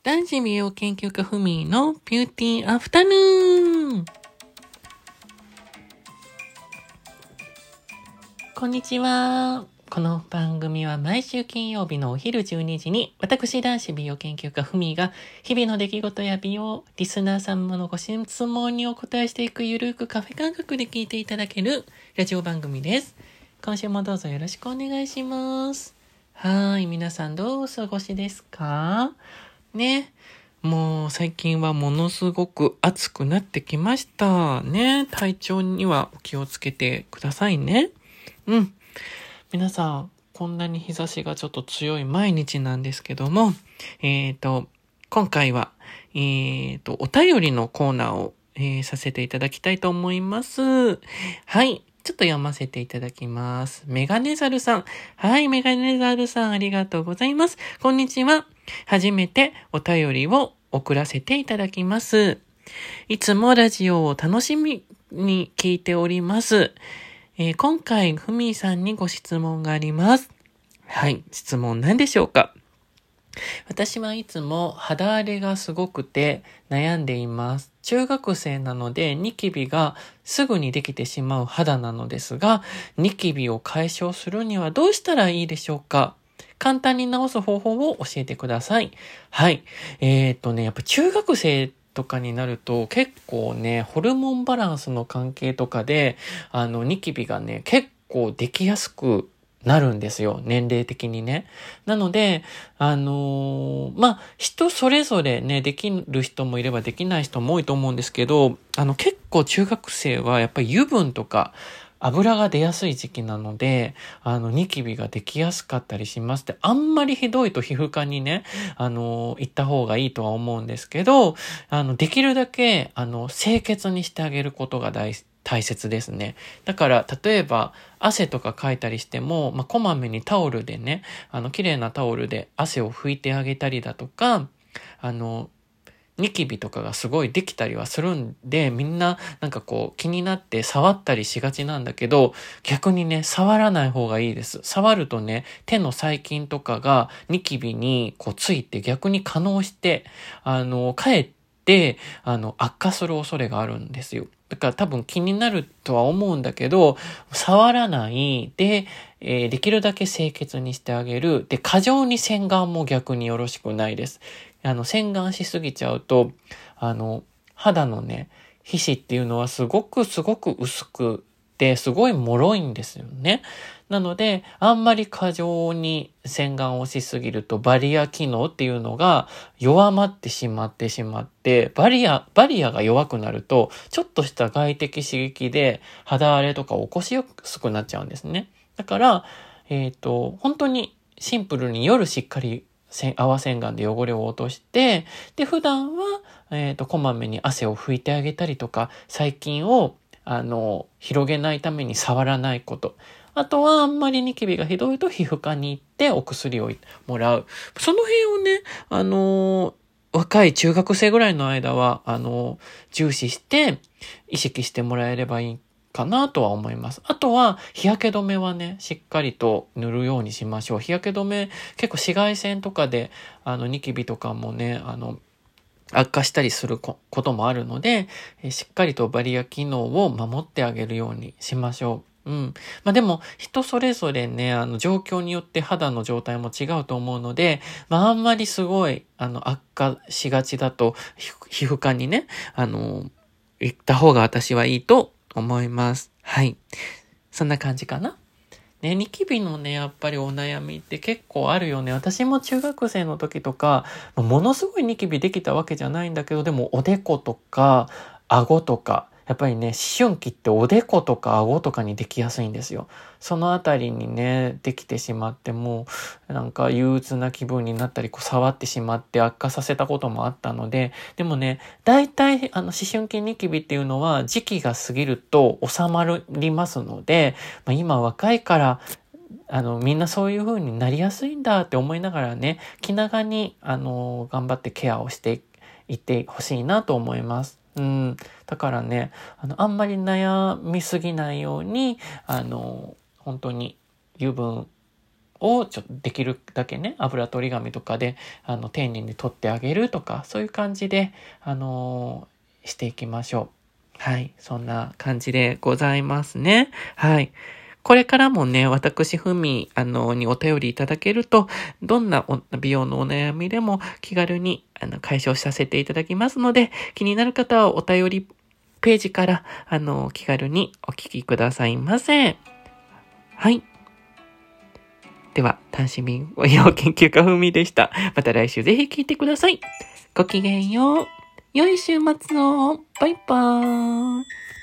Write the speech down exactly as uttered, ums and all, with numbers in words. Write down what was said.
男子美容研究家ふみのビューティーアフタヌーン。こんにちは。この番組は毎週金曜日のお昼じゅうにじに私男子美容研究家ふみが日々の出来事や美容、リスナー様のご質問にお答えしていくゆるくカフェ感覚で聞いていただけるラジオ番組です。今週もどうぞよろしくお願いします。はい、皆さんどうお過ごしですかね。もう最近はものすごく暑くなってきましたね。体調にはお気をつけてくださいね。うん。皆さん、こんなに日差しがちょっと強い毎日なんですけども、えっと、今回は、えっと、お便りのコーナーを、えー、させていただきたいと思います。はい。ちょっと読ませていただきます。メガネザルさん。はい、メガネザルさんありがとうございます。こんにちは。初めてお便りを送らせていただきます。いつもラジオを楽しみに聞いております。えー、今回、ふみさんにご質問があります。はい、質問何でしょうか？私はいつも肌荒れがすごくて悩んでいます。中学生なのでニキビがすぐにできてしまう肌なのですが、ニキビを解消するにはどうしたらいいでしょうか？簡単に治す方法を教えてください。はい。えーっとね、やっぱ中学生とかになると結構ね、ホルモンバランスの関係とかで、あの、ニキビがね、結構できやすくなるんですよ。年齢的にね。なので、あのー、まあ、人それぞれね、できる人もいればできない人も多いと思うんですけど、あの、結構中学生はやっぱり油分とか、油が出やすい時期なので、あの、ニキビができやすかったりします。で、あんまりひどいと皮膚科にね、あの、行った方がいいとは思うんですけど、あの、できるだけ、あの、清潔にしてあげることが大大切ですね。だから、例えば、汗とかかいたりしても、まあ、こまめにタオルでね、あの、綺麗なタオルで汗を拭いてあげたりだとか、あの、ニキビとかがすごいできたりはするんで、みんななんかこう気になって触ったりしがちなんだけど、逆にね、触らない方がいいです。触るとね、手の細菌とかがニキビにこうついて逆に可能して、あの、かえって、あの、悪化する恐れがあるんですよ。だから多分気になるとは思うんだけど、触らないで、えー、できるだけ清潔にしてあげる。で、過剰に洗顔も逆によろしくないです。あの、洗顔しすぎちゃうと、あの、肌のね、皮脂っていうのはすごくすごく薄くて、すごい脆いんですよね。なので、あんまり過剰に洗顔をしすぎると、バリア機能っていうのが弱まってしまってしまって、バリア、バリアが弱くなると、ちょっとした外的刺激で肌荒れとかを起こしやすくなっちゃうんですね。だから、えっと、本当にシンプルに夜しっかり泡洗顔で汚れを落として、で、普段は、えっと、こまめに汗を拭いてあげたりとか、細菌を、あの、広げないために触らないこと。あとは、あんまりニキビがひどいと皮膚科に行ってお薬をもらう。その辺をね、あの、若い中学生ぐらいの間は、あの、重視して、意識してもらえればいいかなとは思います。あとは、日焼け止めはね、しっかりと塗るようにしましょう。日焼け止め、結構紫外線とかで、あの、ニキビとかもね、あの、悪化したりすることもあるので、えしっかりとバリア機能を守ってあげるようにしましょう。うん。まあでも、人それぞれね、あの、状況によって肌の状態も違うと思うので、まああんまりすごい、あの、悪化しがちだと、皮膚科にね、あの、行った方が私はいいと思います。はい。そんな感じかな。ね、ニキビのね、やっぱりお悩みって結構あるよね。私も中学生の時とか、ものすごいニキビできたわけじゃないんだけど、でもおでことか、顎とか、やっぱりね、思春期っておでことか顎とかにできやすいんですよ。そのあたりにね、できてしまっても、なんか憂鬱な気分になったり、こう触ってしまって悪化させたこともあったので、でもね、大体、あの、思春期ニキビっていうのは時期が過ぎると収まりますので、まあ、今若いから、あの、みんなそういう風になりやすいんだって思いながらね、気長に、あの、頑張ってケアをしていってほしいなと思います。うん。だからね、あの、あんまり悩みすぎないように、あの、本当に油分をちょっとできるだけね、油取り紙とかで、あの、丁寧に取ってあげるとか、そういう感じで、あのーしていきましょう。はい。そんな感じでございますね。はい。これからもね、私、ふみ、あの、にお便りいただけると、どんな美容のお悩みでも気軽にあの解消させていただきますので、気になる方はお便りページから、あの、気軽にお聞きくださいませ。はい。では、単身美容研究家ふみでした。また来週ぜひ聞いてください。ごきげんよう。良い週末を。バイバーイ。